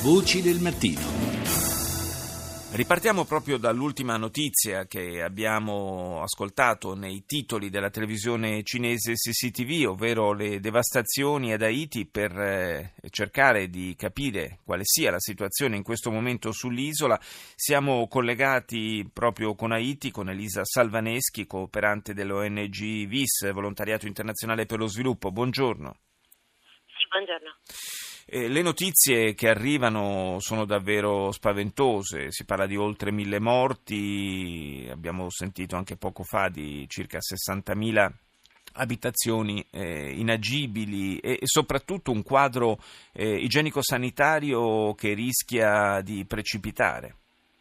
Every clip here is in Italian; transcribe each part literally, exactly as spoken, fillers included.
Voci del mattino. Ripartiamo proprio dall'ultima notizia che abbiamo ascoltato nei titoli della televisione cinese C C T V, ovvero le devastazioni ad Haiti, per eh, cercare di capire quale sia la situazione in questo momento sull'isola. Siamo collegati proprio con Haiti, con Elisa Salvaneschi, cooperante dell'O N G V I S, Volontariato Internazionale per lo Sviluppo. Buongiorno. Sì, buongiorno. Eh, le notizie che arrivano sono davvero spaventose, si parla di oltre mille morti, abbiamo sentito anche poco fa di circa sessantamila abitazioni eh, inagibili e, e soprattutto un quadro eh, igienico-sanitario che rischia di precipitare.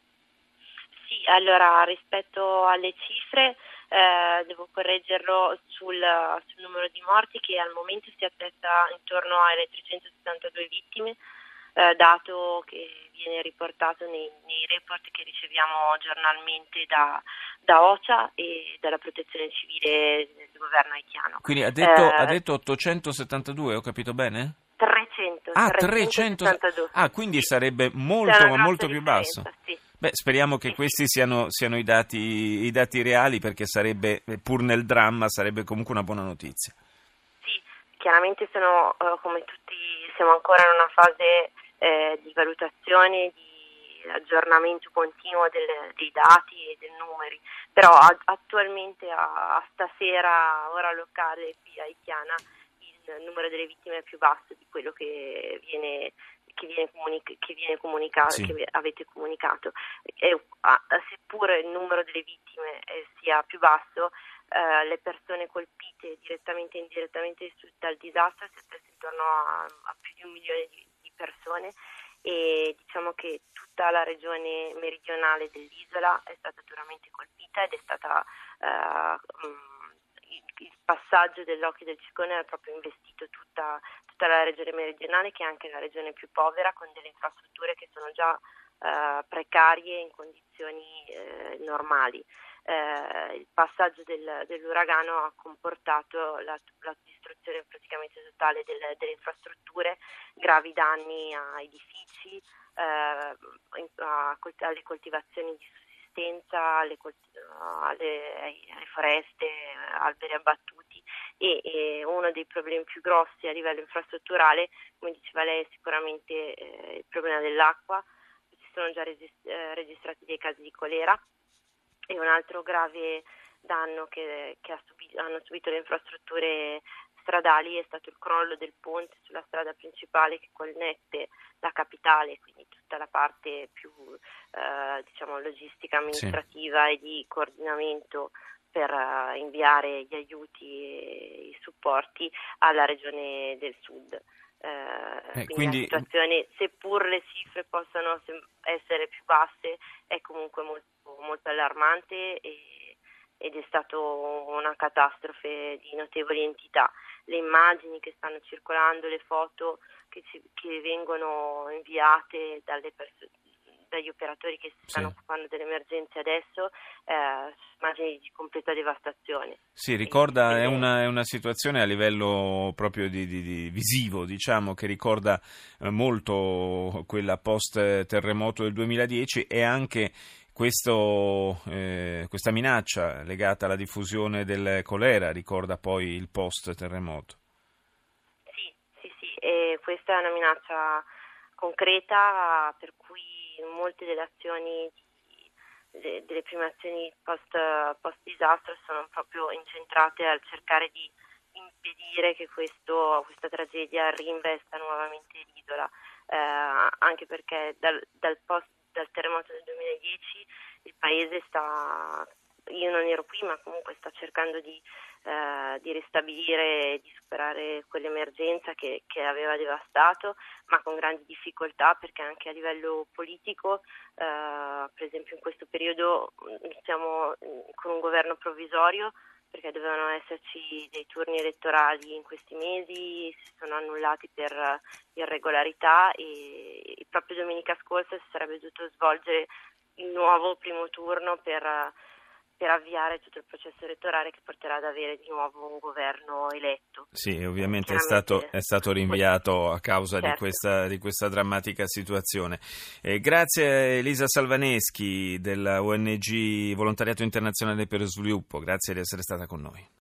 Sì, allora rispetto alle cifre eh, devo correggerlo sul, sul numero di morti, che al momento si attesta intorno alle trecentosettantadue vittime, eh, dato che viene riportato nei, nei report che riceviamo giornalmente da, da O C A e dalla Protezione Civile del governo haitiano. Quindi ha detto, eh, ha detto ottocentosettantadue, ho capito bene? trecento. Ah, trecentosettantadue. Ah, quindi sì. sarebbe molto, ma molto più differenza, basso. Sì. Beh, speriamo che questi siano, siano i dati, i dati reali, perché sarebbe, pur nel dramma, sarebbe comunque una buona notizia. Sì, chiaramente sono, uh, come tutti, siamo ancora in una fase eh, di valutazione, di aggiornamento continuo del, dei dati e dei numeri, però a, attualmente a, a stasera, ora locale qui haitiana, il numero delle vittime è più basso di quello che viene che viene, comunic- che viene comunicato, sì. che avete comunicato. E, ah, seppur il numero delle vittime eh, sia più basso, eh, le persone colpite direttamente e indirettamente dal disastro si attesta intorno a, a più di un milione di, di persone, e diciamo che tutta la regione meridionale dell'isola è stata duramente colpita ed è stata uh, um, il passaggio dell'occhio del ciclone ha proprio investito tutta, tutta la regione meridionale, che è anche la regione più povera, con delle infrastrutture che sono già eh, precarie in condizioni eh, normali. Eh, il passaggio del, dell'uragano ha comportato la, la distruzione praticamente totale del, delle infrastrutture, gravi danni a edifici, eh, a, alle coltivazioni di alle, alle, alle foreste, alberi abbattuti, e, e uno dei problemi più grossi a livello infrastrutturale, come diceva lei, è sicuramente eh, il problema dell'acqua. Si sono già resist- eh, registrati dei casi di colera, e un altro grave danno che, che ha subito, hanno subito le infrastrutture stradali è stato il crollo del ponte sulla strada principale che connette la capitale, quindi tutta la parte più eh, diciamo logistica amministrativa sì. e di coordinamento per uh, inviare gli aiuti e i supporti alla regione del sud. Eh, eh, quindi, quindi la situazione, seppur le cifre possano sem- essere più basse, è comunque molto, molto allarmante e, ed è stato una catastrofe di notevole entità. Le immagini che stanno circolando, le foto che, ci, che vengono inviate dalle persone, dagli operatori che si stanno sì. occupando delle emergenze adesso, eh, immagini di completa devastazione. Sì, ricorda, è una, è una situazione a livello proprio di, di, di visivo, diciamo, che ricorda eh, molto quella post-terremoto del duemiladieci, e anche questo, eh, questa minaccia legata alla diffusione del colera ricorda poi il post-terremoto. Sì, sì, sì, e questa è una minaccia concreta, per cui molte delle azioni, di, de, delle prime azioni post, post disastro sono proprio incentrate al cercare di impedire che questo, questa tragedia rinvesta nuovamente l'isola, eh, anche perché dal, dal, post, dal terremoto del duemiladieci il paese sta, io non ero qui, ma comunque sta cercando di Uh, di ristabilire e di superare quell'emergenza che, che aveva devastato, ma con grandi difficoltà, perché anche a livello politico, uh, per esempio in questo periodo siamo con un governo provvisorio, perché dovevano esserci dei turni elettorali in questi mesi, si sono annullati per irregolarità, e, e proprio domenica scorsa si sarebbe dovuto svolgere il nuovo primo turno per per avviare tutto il processo elettorale che porterà ad avere di nuovo un governo eletto. Sì, ovviamente è stato, è stato rinviato a causa certo. di, questa, di questa drammatica situazione. Eh, grazie a Elisa Salvaneschi della O N G Volontariato Internazionale per lo Sviluppo, grazie di essere stata con noi.